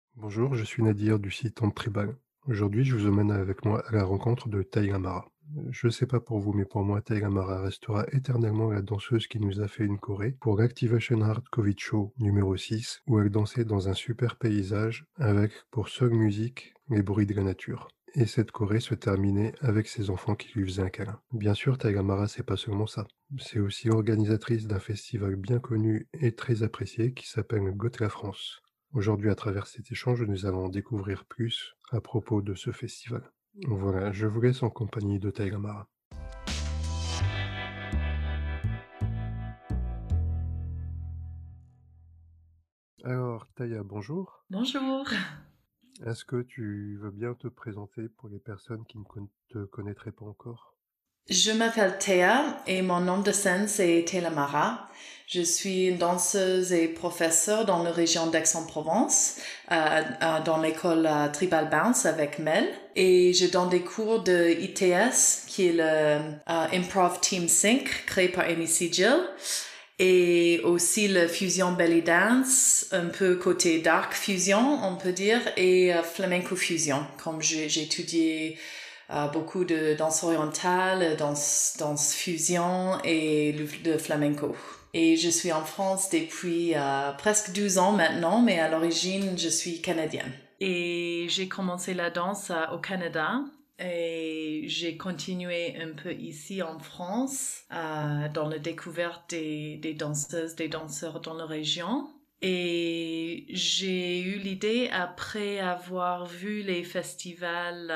Bonjour, je suis Nadir du site Ant Tribal. Aujourd'hui, je vous emmène avec moi à la rencontre de Taiga Mara. Je ne sais pas pour vous, mais pour moi, Taiga Mara restera éternellement la danseuse qui nous a fait une choré pour l'Activation Art Covid Show numéro 6, où elle dansait dans un super paysage avec, pour seule musique, les bruits de la nature. Et cette choré se terminait avec ses enfants qui lui faisaient un câlin. Bien sûr, Taiga Mara, c'est pas seulement ça. C'est aussi organisatrice d'un festival bien connu et très apprécié qui s'appelle Got la France. Aujourd'hui, à travers cet échange, nous allons en découvrir plus à propos de ce festival. Voilà, je vous laisse en compagnie de Taïga Mara. Alors, Taïga, bonjour. Bonjour, Est-ce que tu veux bien te présenter pour les personnes qui ne te connaîtraient pas encore? je m'appelle Théa et mon nom de scène c'est Théla Mara. Je suis une danseuse et professeure dans la région d'Aix-en-Provence, dans l'école Tribal Bounce avec Mel. Et je donne des cours de ITS, qui est le Improv Team 5, créé par Amy Sigil. Et aussi le fusion belly dance, un peu côté dark fusion, on peut dire, et flamenco fusion, comme j'ai étudié beaucoup de danse orientale, danse fusion et de flamenco. Et je suis en France depuis presque 12 ans maintenant, mais à l'origine, je suis canadienne. Et j'ai commencé la danse au Canada et j'ai continué un peu ici en France dans la découverte des danseuses, des danseurs dans la région. Et j'ai eu l'idée, après avoir vu les festivals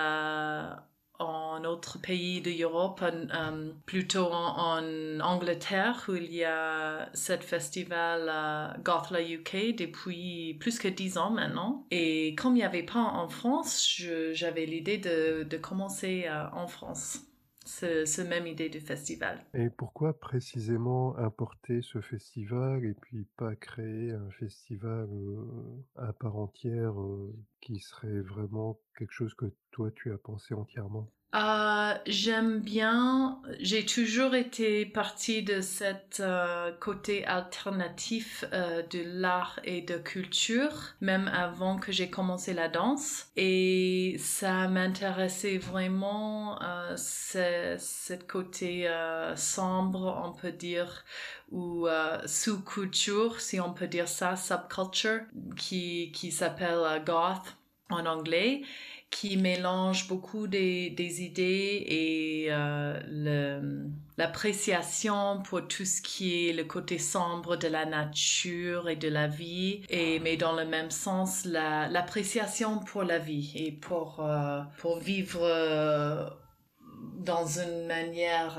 en autres pays d'Europe, plutôt en Angleterre, où il y a ce festival Gothla UK depuis plus que 10 ans maintenant. Et comme il n'y avait pas en France, j'avais l'idée de commencer en France. Ce même idée du festival. Et pourquoi précisément importer ce festival et puis pas créer un festival à part entière qui serait vraiment quelque chose que toi tu as pensé entièrement? J'aime bien, j'ai toujours été partie de cet côté alternatif de l'art et de culture, même avant que j'ai commencé la danse. Et ça m'intéressait vraiment, ce côté sombre, on peut dire, ou sous-culture, si on peut dire ça, subculture, qui s'appelle goth en anglais, qui mélange beaucoup des idées et l'appréciation pour tout ce qui est le côté sombre de la nature et de la vie, mais dans le même sens, l'appréciation pour la vie et pour vivre dans une manière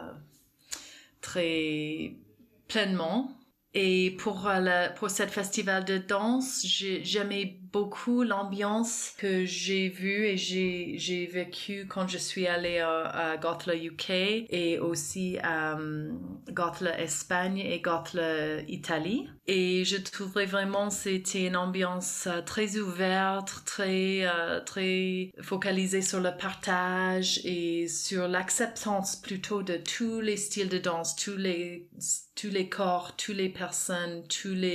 très pleinement. Et pour cette festival de danse, j'aimais beaucoup l'ambiance que j'ai vue et j'ai vécu quand je suis allée à Gothla UK et aussi à Gothla Espagne et Gothla Italie. Et je trouvais vraiment c'était une ambiance très ouverte, très focalisée sur le partage et sur l'acceptance plutôt de tous les styles de danse, tous les corps, toutes les personnes,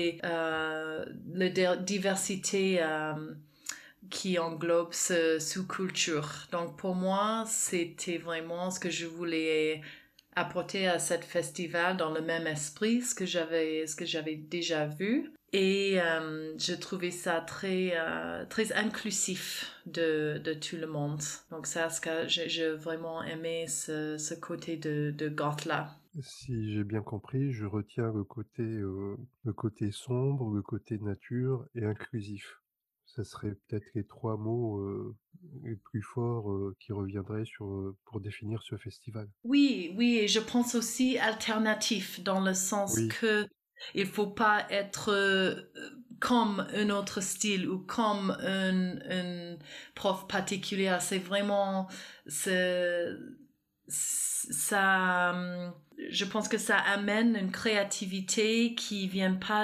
la diversité qui englobe ce sous-culture. Donc pour moi, c'était vraiment ce que je voulais apporter à cette festival dans le même esprit, ce que j'avais déjà vu. Et je trouvais ça très inclusif de tout le monde. Donc ça, ce que j'ai vraiment aimé ce côté de goth-là. Si j'ai bien compris, je retiens le côté sombre, le côté nature et inclusif. Ça serait peut-être les 3 mots, les plus forts, qui reviendraient pour définir ce festival. Oui, oui, et je pense aussi alternatif dans le sens Oui, que il faut pas être comme un autre style ou comme un prof particulier. C'est vraiment c'est- ça. Je pense que ça amène une créativité qui vient pas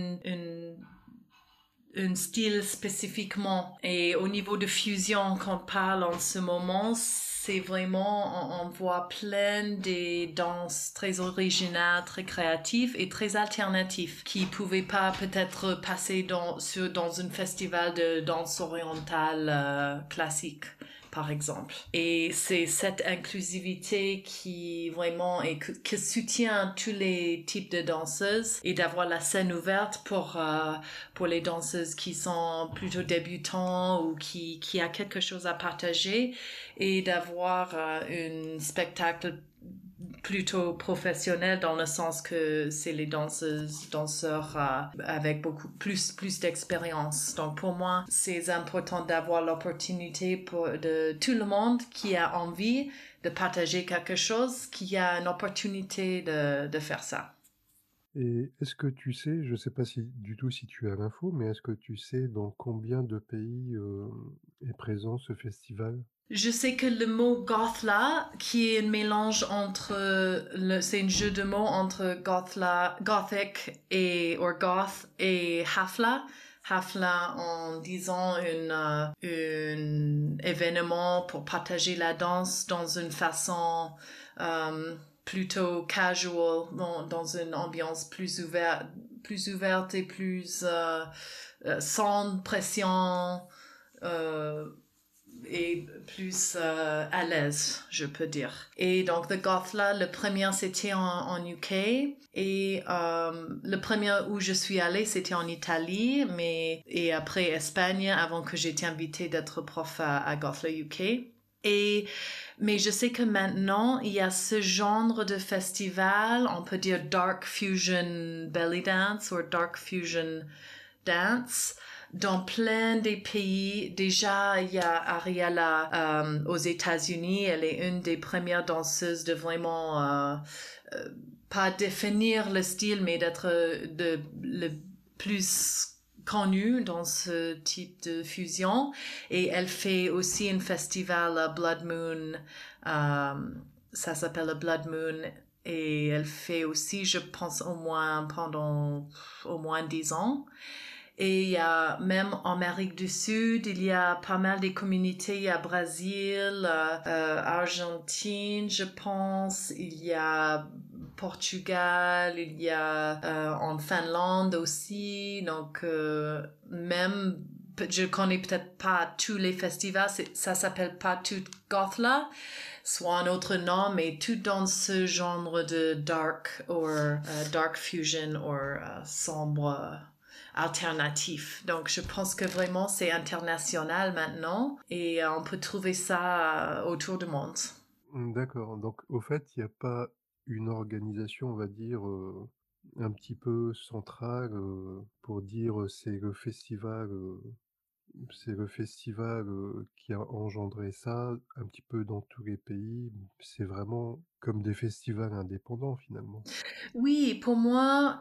un style spécifiquement. Et au niveau de fusion qu'on parle en ce moment, c'est vraiment, on voit plein des danses très originales, très créatives et très alternatives qui pouvaient pas peut-être passer dans un festival de danse orientale classique, par exemple. Et c'est cette inclusivité qui vraiment que soutient tous les types de danseuses et d'avoir la scène ouverte pour les danseuses qui sont plutôt débutants ou qui a quelque chose à partager et d'avoir un spectacle plutôt professionnel dans le sens que c'est les danseurs avec beaucoup plus d'expérience. Donc pour moi, c'est important d'avoir l'opportunité de tout le monde qui a envie de partager quelque chose, qui a une opportunité de faire ça. Et est-ce que tu sais, je ne sais pas du tout si tu as l'info, mais est-ce que tu sais dans combien de pays, est présent ce festival? Je sais que le mot gothla, qui est un mélange entre c'est un jeu de mots entre gothic ou goth et hafla. Hafla en disant un événement pour partager la danse dans une façon plutôt casual, dans une ambiance plus ouverte et plus sans pression. Et plus à l'aise, je peux dire. Et donc, The Gothla, le premier, c'était en UK. Et le premier où je suis allée, c'était en Italie, et après Espagne, avant que j'étais invitée d'être prof à Gothla UK. Mais je sais que maintenant, il y a ce genre de festival, on peut dire Dark Fusion Belly Dance ou Dark Fusion Dance, dans plein des pays. Déjà, il y a Ariella aux États-Unis. Elle est une des premières danseuses de vraiment pas définir le style, mais d'être le plus connue dans ce type de fusion. Et elle fait aussi un festival Blood Moon. Ça s'appelle le Blood Moon. Et elle fait aussi, je pense, pendant au moins 10 ans. Et il y a même en Amérique du Sud, il y a pas mal de communautés. Il y a Brésil, Argentine, je pense. Il y a Portugal, il y a en Finlande aussi. Donc même je connais peut-être pas tous les festivals. Ça s'appelle pas tout Gothla, soit un autre nom, mais tout dans ce genre de dark ou dark fusion ou sombre alternatif. Donc, je pense que vraiment, c'est international maintenant et on peut trouver ça autour du monde. D'accord, donc au fait, il y a pas une organisation, on va dire, un petit peu centrale, pour dire, c'est le festival, qui a engendré ça un petit peu dans tous les pays. C'est vraiment comme des festivals indépendants, finalement. Oui, pour moi,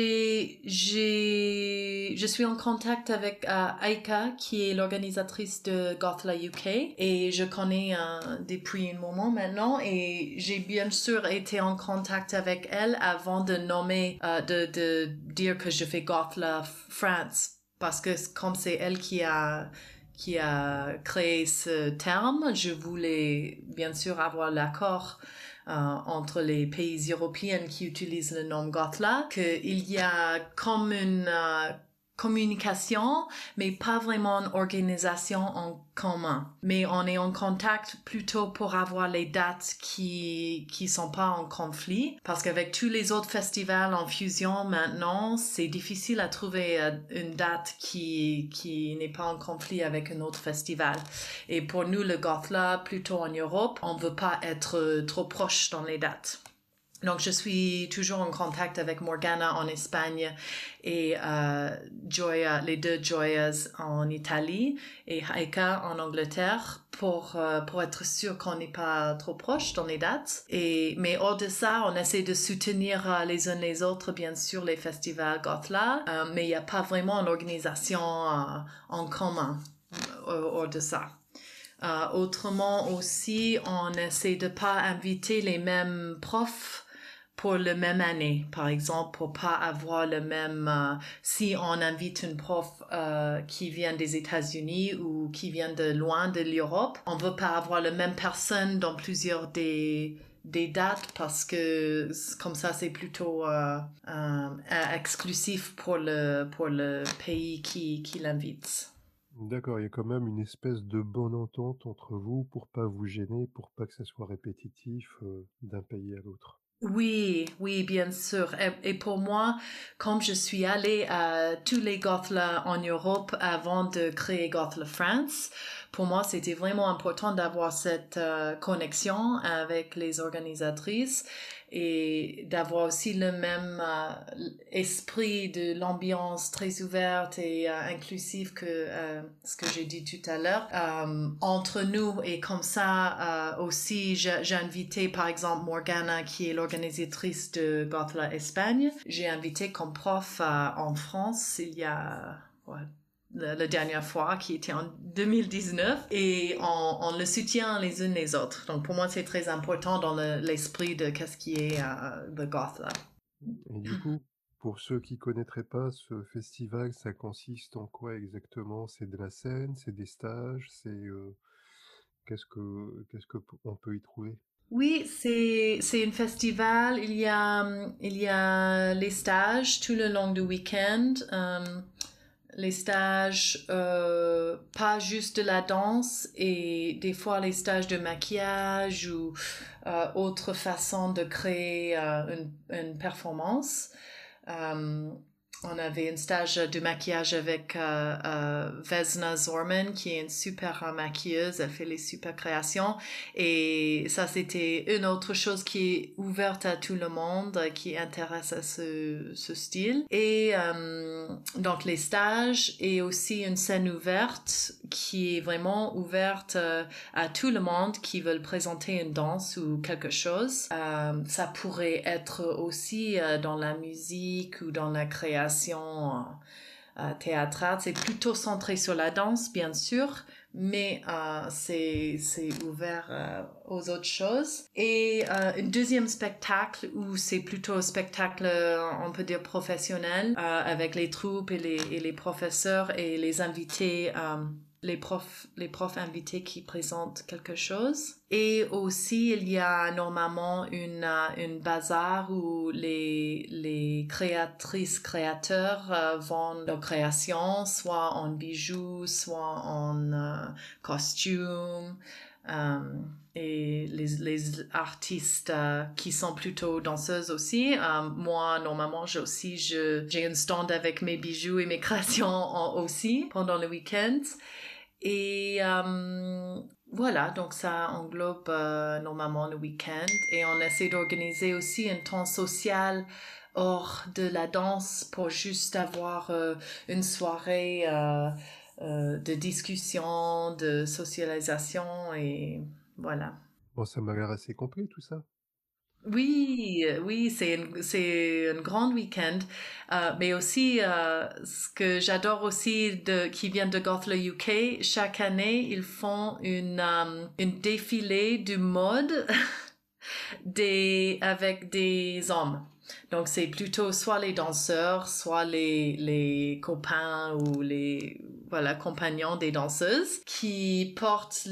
je suis en contact avec Aika, qui est l'organisatrice de Gothla UK, et je connais depuis un moment maintenant, et j'ai bien sûr été en contact avec elle avant de nommer, de dire que je fais Gothla France, parce que comme c'est elle qui a créé ce terme, je voulais bien sûr avoir l'accord entre les pays européens qui utilisent le nom Gothla, qu'il y a comme une communication, mais pas vraiment une organisation en commun. Mais on est en contact plutôt pour avoir les dates qui sont pas en conflit, parce qu'avec tous les autres festivals en fusion maintenant, c'est difficile à trouver une date qui n'est pas en conflit avec un autre festival. Et pour nous, le Gothla, plutôt en Europe, on veut pas être trop proche dans les dates. Donc, je suis toujours en contact avec Morgana en Espagne et Joya, les deux Joyas en Italie et Haika en Angleterre pour être sûr qu'on n'est pas trop proche dans les dates. Mais hors de ça, on essaie de soutenir les uns les autres, bien sûr, les festivals Gothla, mais il n'y a pas vraiment une organisation en commun hors de ça. Autrement aussi, on essaie de pas inviter les mêmes profs pour le même année, par exemple, pour pas avoir le même, si on invite une prof qui vient des États-Unis ou qui vient de loin de l'Europe, on veut pas avoir la même personne dans plusieurs des dates parce que comme ça c'est plutôt exclusif pour le pays qui l'invite. D'accord, il y a quand même une espèce de bonne entente entre vous pour pas vous gêner, pour pas que ça soit répétitif, d'un pays à l'autre. Oui, oui, bien sûr. Et pour moi, comme je suis allée à tous les Gothla en Europe avant de créer Gothla France, pour moi, c'était vraiment important d'avoir cette connexion avec les organisatrices et d'avoir aussi le même esprit de l'ambiance très ouverte et inclusive que ce que j'ai dit tout à l'heure entre nous. Et comme ça aussi j'ai invité par exemple Morgana qui est l'organisatrice de Gothla Espagne, j'ai invité comme prof en France il y a la dernière fois qui était en 2019 et on le soutient les unes les autres. Donc pour moi c'est très important dans l'esprit de qu'est-ce qui est the Gothla. Et du coup, pour ceux qui connaîtraient pas ce festival, ça consiste en quoi exactement? C'est de la scène, c'est des stages, qu'est-ce que on peut y trouver? Oui, c'est un festival. Il y a les stages tout le long du week-end. Les stages, pas juste de la danse et des fois les stages de maquillage ou autre façon de créer une performance. Euh, on avait un stage de maquillage avec Vesna Zorman, qui est une super maquilleuse. Elle fait les super créations. Et ça, c'était une autre chose qui est ouverte à tout le monde, qui intéresse à ce style. Et donc les stages et aussi une scène ouverte qui est vraiment ouverte à tout le monde qui veut présenter une danse ou quelque chose. Ça pourrait être aussi dans la musique ou dans la création théâtrale. C'est plutôt centré sur la danse, bien sûr, mais c'est ouvert aux autres choses. Et un deuxième spectacle où c'est plutôt un spectacle, on peut dire professionnel, avec les troupes et les professeurs et les invités. Les profs invités qui présentent quelque chose. Et aussi, il y a normalement une bazar où les créatrices, créateurs vendent leurs créations, soit en bijoux, soit en costumes. Et les artistes qui sont plutôt danseuses aussi. Moi, normalement, j'ai un stand avec mes bijoux et mes créations aussi pendant le week-end. Et voilà, donc ça englobe normalement le week-end et on essaie d'organiser aussi un temps social hors de la danse pour juste avoir une soirée de discussion, de socialisation et voilà. Bon, ça m'a l'air assez complet tout ça. Oui, oui, c'est un grand week-end, mais aussi ce que j'adore aussi qui vient de Gothla UK, chaque année ils font une défilé du mode avec des hommes. Donc c'est plutôt soit les danseurs, soit les copains ou les voilà compagnons des danseuses qui portent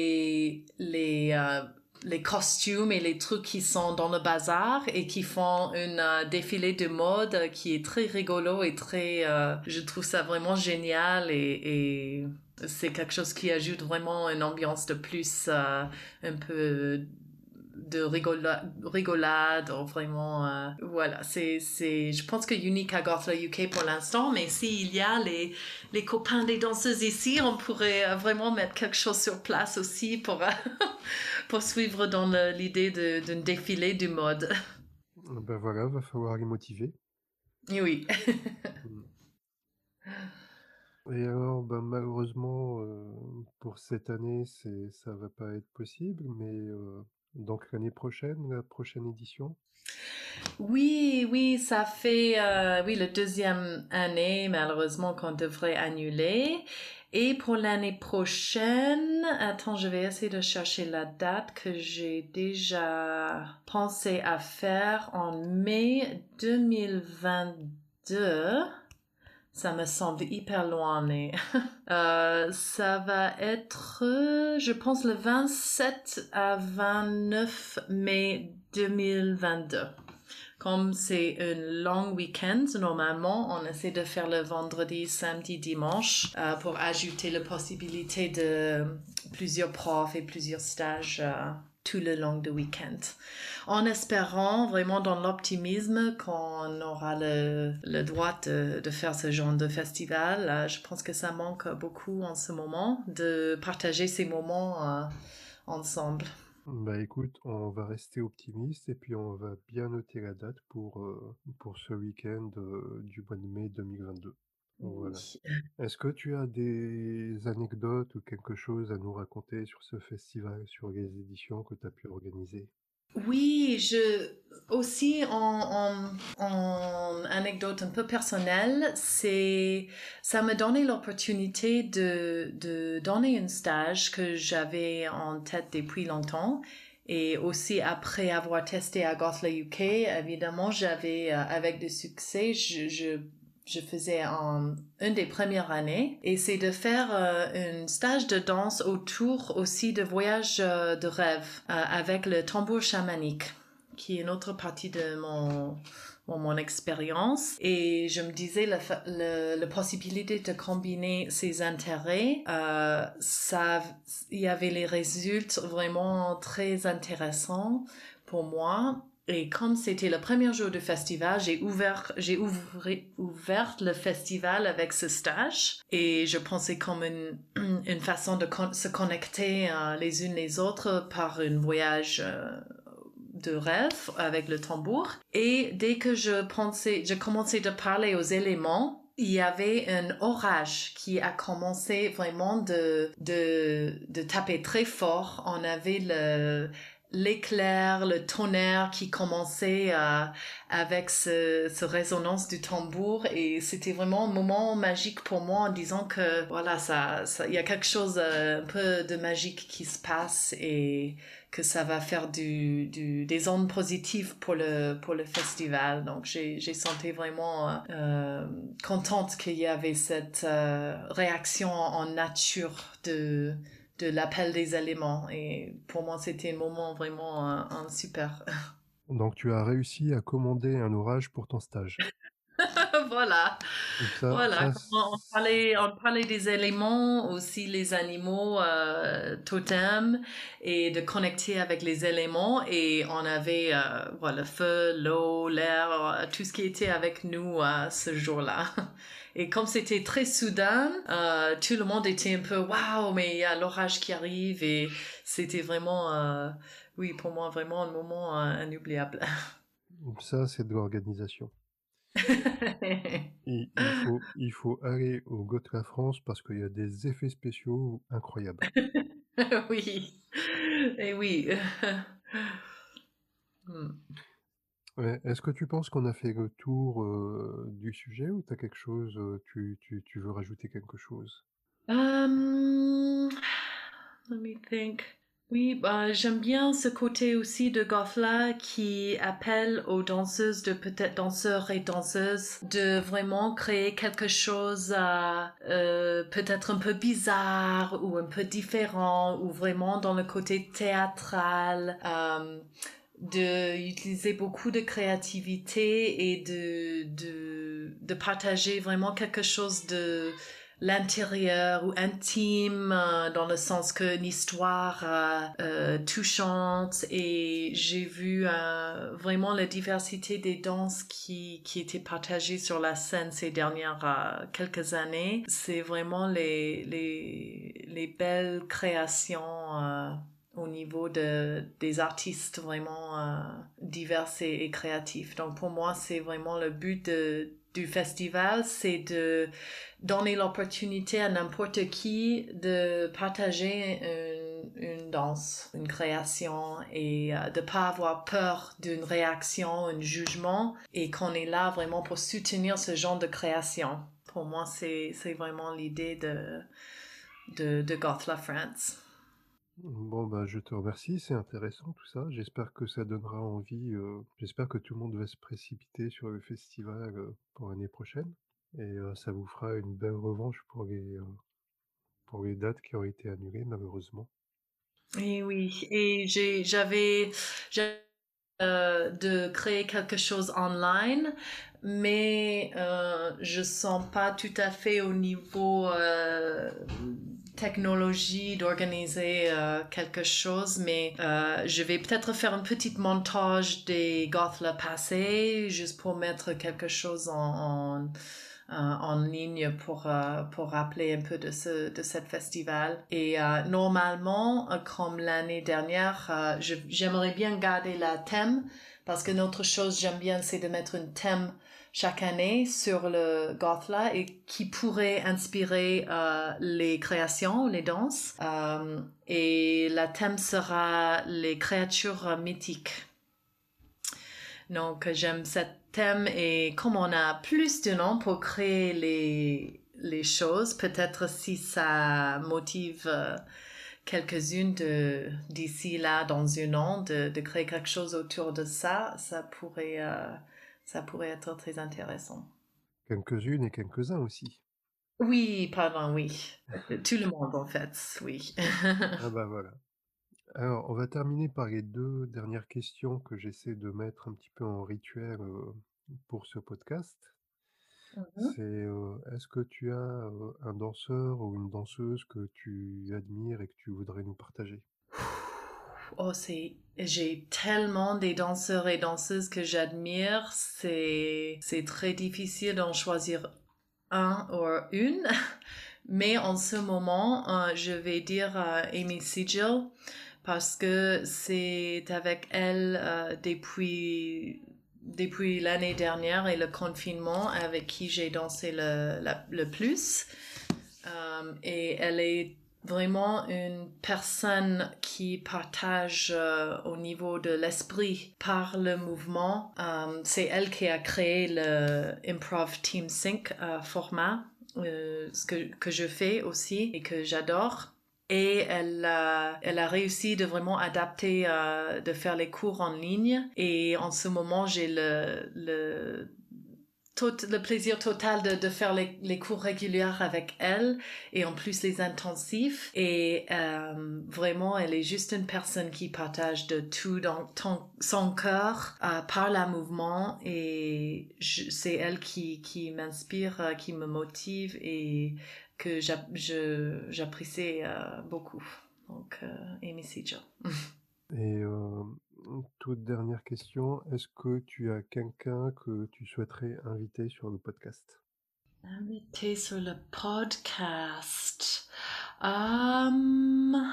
les costumes et les trucs qui sont dans le bazar et qui font une défilé de mode qui est très rigolo et très je trouve ça vraiment génial et c'est quelque chose qui ajoute vraiment une ambiance de plus un peu de rigolade vraiment voilà c'est je pense que unique à Gothla UK pour l'instant mais s'il y a les copains des danseuses ici on pourrait vraiment mettre quelque chose sur place aussi pour pour suivre dans l'idée d'un défilé du mode. Ben voilà, va falloir les motiver. Oui. Mmh. Et alors, ben, malheureusement, pour cette année, ça va pas être possible, mais donc l'année prochaine, la prochaine édition? Oui, oui, ça fait oui le deuxième année malheureusement qu'on devrait annuler. Et pour l'année prochaine, attends, je vais essayer de chercher la date que j'ai déjà pensé à faire en mai 2022. Ça me semble hyper loin, mais ça va être, je pense, le 27 à 29 mai 2022. Comme c'est un long week-end, normalement, on essaie de faire le vendredi, samedi, dimanche pour ajouter la possibilité de plusieurs profs et plusieurs stages tout le long du week-end. En espérant vraiment dans l'optimisme qu'on aura le droit de faire ce genre de festival. Je pense que ça manque beaucoup en ce moment de partager ces moments ensemble. Bah écoute, on va rester optimiste et puis on va bien noter la date pour ce week-end du mois de mai 2022. Voilà. Oui. Est-ce que tu as des anecdotes ou quelque chose à nous raconter sur ce festival, sur les éditions que tu as pu organiser? Oui, aussi en anecdote un peu personnelle, ça me donnait l'opportunité de donner un stage que j'avais en tête depuis longtemps. Et aussi après avoir testé à Gothla UK, évidemment, j'avais avec du succès, je faisais une des premières années, et c'est de faire un stage de danse autour aussi de voyages de rêve avec le tambour chamanique, qui est une autre partie de mon expérience. Et je me disais la possibilité de combiner ces intérêts, il y avait les résultats vraiment très intéressants pour moi. Et comme c'était le premier jour du festival, j'ai ouvert le festival avec ce stage. Et je pensais comme une façon de se connecter les unes les autres par un voyage de rêve avec le tambour. Et dès que je commençais de parler aux éléments, il y avait un orage qui a commencé vraiment de taper très fort. On avait l'éclair, le tonnerre qui commençait avec ce résonance du tambour, et c'était vraiment un moment magique pour moi en disant que voilà, il y a quelque chose un peu de magique qui se passe et que ça va faire des ondes positives pour le festival. Donc j'ai senti vraiment contente qu'il y avait cette réaction en nature de l'appel des éléments, et pour moi c'était un moment vraiment un super. Donc tu as réussi à commander un orage pour ton stage. Voilà. Ça Voilà, ça on parlait des éléments, aussi les animaux totems, et de connecter avec les éléments, et on avait voilà, le feu, l'eau, l'air, tout ce qui était avec nous ce jour-là. Et comme c'était très soudain, tout le monde était un peu waouh, mais il y a l'orage qui arrive, et c'était vraiment oui, pour moi vraiment un moment inoubliable. ça, c'est de l'organisation. Il faut aller au Gotha France parce qu'il y a des effets spéciaux incroyables. Oui. Et oui. Hmm. Ouais, est-ce que tu penses qu'on a fait le tour, du sujet ou tu as quelque chose, tu veux rajouter quelque chose? Um, Let me think. Oui, bah, j'aime bien ce côté aussi de Gothla qui appelle aux danseuses, de peut-être danseurs et danseuses, de vraiment créer quelque chose peut-être un peu bizarre ou un peu différent, ou vraiment dans le côté théâtral. De utiliser beaucoup de créativité et de partager vraiment quelque chose de l'intérieur ou intime, dans le sens qu'une histoire touchante. Et j'ai vu vraiment la diversité des danses qui étaient partagées sur la scène ces dernières quelques années. C'est vraiment les belles créations au niveau des artistes vraiment divers et créatifs. Donc pour moi, c'est vraiment le but du festival, c'est de donner l'opportunité à n'importe qui de partager une danse, une création et de pas avoir peur d'une réaction, un jugement et qu'on est là vraiment pour soutenir ce genre de création. Pour moi, c'est vraiment l'idée de Gothla France. Bon, bah, je te remercie, c'est intéressant tout ça. J'espère que ça donnera envie, j'espère que tout le monde va se précipiter sur le festival, pour l'année prochaine et ça vous fera une belle revanche pour les dates qui ont été annulées malheureusement. Et oui, et j'avais de créer quelque chose online, mais je sens pas tout à fait au niveau technologie d'organiser quelque chose, mais je vais peut-être faire un petit montage des Gothla passés juste pour mettre quelque chose en ligne pour rappeler un peu de cette festival. Et normalement, comme l'année dernière, j'aimerais bien garder la thème parce que notre chose j'aime bien c'est de mettre un thème chaque année sur le Gothla et qui pourrait inspirer les créations, les danses. Et la thème sera les créatures mythiques. Donc, j'aime cet thème et comme on a plus de nom pour créer les choses, peut-être si ça motive quelques-unes d'ici là dans un an de créer quelque chose autour de ça, ça pourrait être très intéressant. Quelques-unes et quelques-uns aussi. Oui, pardon, oui. Tout le monde en fait, oui. Ah bah, voilà. Alors, on va terminer par les 2 dernières questions que j'essaie de mettre un petit peu en rituel, pour ce podcast. C'est, est-ce que tu as, un danseur ou une danseuse que tu admires et que tu voudrais nous partager? Oh, j'ai tellement des danseurs et danseuses que j'admire. C'est très difficile d'en choisir un ou une. Mais en ce moment, je vais dire Amy Sigel parce que c'est avec elle depuis l'année dernière et le confinement avec qui j'ai dansé le plus. Et elle est vraiment une personne qui partage au niveau de l'esprit par le mouvement. C'est elle qui a créé le Improv Team Sync format, que je fais aussi et que j'adore. Et elle a réussi de vraiment adapter, de faire les cours en ligne. Et en ce moment, j'ai le plaisir total de faire les cours réguliers avec elle et en plus les intensifs et vraiment elle est juste une personne qui partage de tout dans son cœur par le mouvement et c'est elle qui m'inspire, qui me motive et que j'apprécie beaucoup. Donc Amy Seeger. Et toute dernière question, est-ce que tu as quelqu'un que tu souhaiterais inviter sur le podcast? Invité sur le podcast. Um,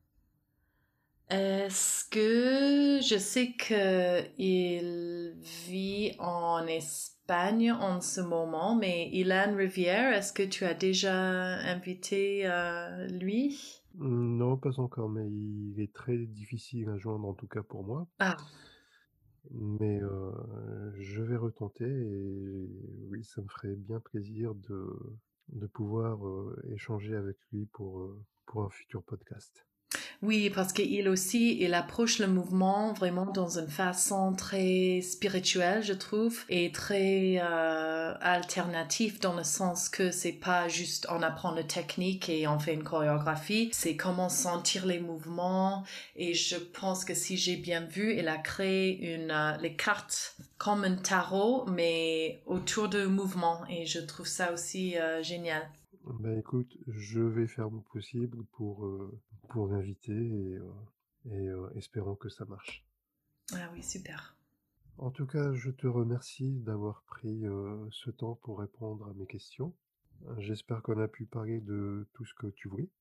Est-ce que je sais que il vit en Espagne en ce moment, mais Ilan Rivière, est-ce que tu as déjà invité lui? Non, pas encore, mais il est très difficile à joindre, en tout cas pour moi. Ah, Mais je vais retenter et oui, ça me ferait bien plaisir de pouvoir, échanger avec lui pour un futur podcast. oui, parce qu'il aussi, il approche le mouvement vraiment dans une façon très spirituelle, je trouve, et très alternative dans le sens que c'est pas juste on apprend une technique et on fait une chorégraphie, c'est comment sentir les mouvements. Et je pense que si j'ai bien vu, il a créé les cartes comme un tarot, mais autour de mouvement. Et je trouve ça aussi génial. Bah, écoute, je vais faire mon possible pour l'inviter et espérons que ça marche. Ah oui, super. En tout cas, je te remercie d'avoir pris, ce temps pour répondre à mes questions. J'espère qu'on a pu parler de tout ce que tu voulais.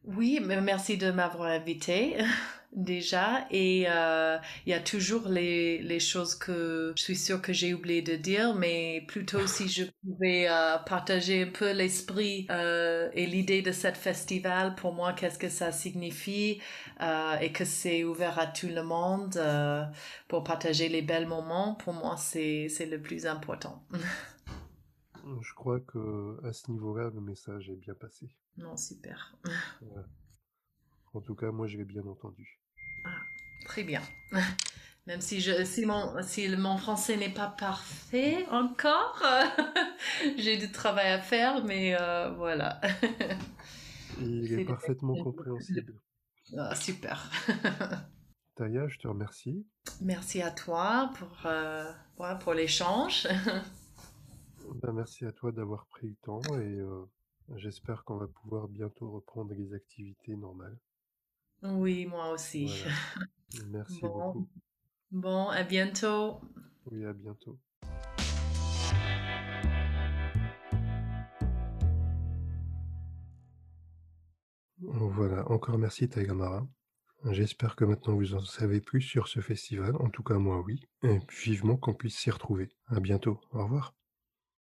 Oui, mais merci de m'avoir invité déjà. Et il y a toujours les choses que je suis sûre que j'ai oublié de dire, mais plutôt si je pouvais partager un peu l'esprit et l'idée de cette festival, pour moi, qu'est-ce que ça signifie et que c'est ouvert à tout le monde pour partager les belles moments, pour moi, c'est le plus important. Je crois que à ce niveau-là, le message est bien passé. Non, super. Voilà. En tout cas, moi, je l'ai bien entendu. Ah, très bien. Même si mon français n'est pas parfait encore, j'ai du travail à faire, mais voilà. Il est C'est parfaitement compréhensible. super. Taya, je te remercie. Merci à toi voilà, pour l'échange. Ben, merci à toi d'avoir pris le temps et j'espère qu'on va pouvoir bientôt reprendre les activités normales. Oui, moi aussi. Voilà. Merci Bon, beaucoup. bon, à bientôt. Oui, à bientôt. Voilà, encore merci Taïgamara. J'espère que maintenant vous en savez plus sur ce festival, en tout cas moi oui, et vivement qu'on puisse s'y retrouver. À bientôt, au revoir.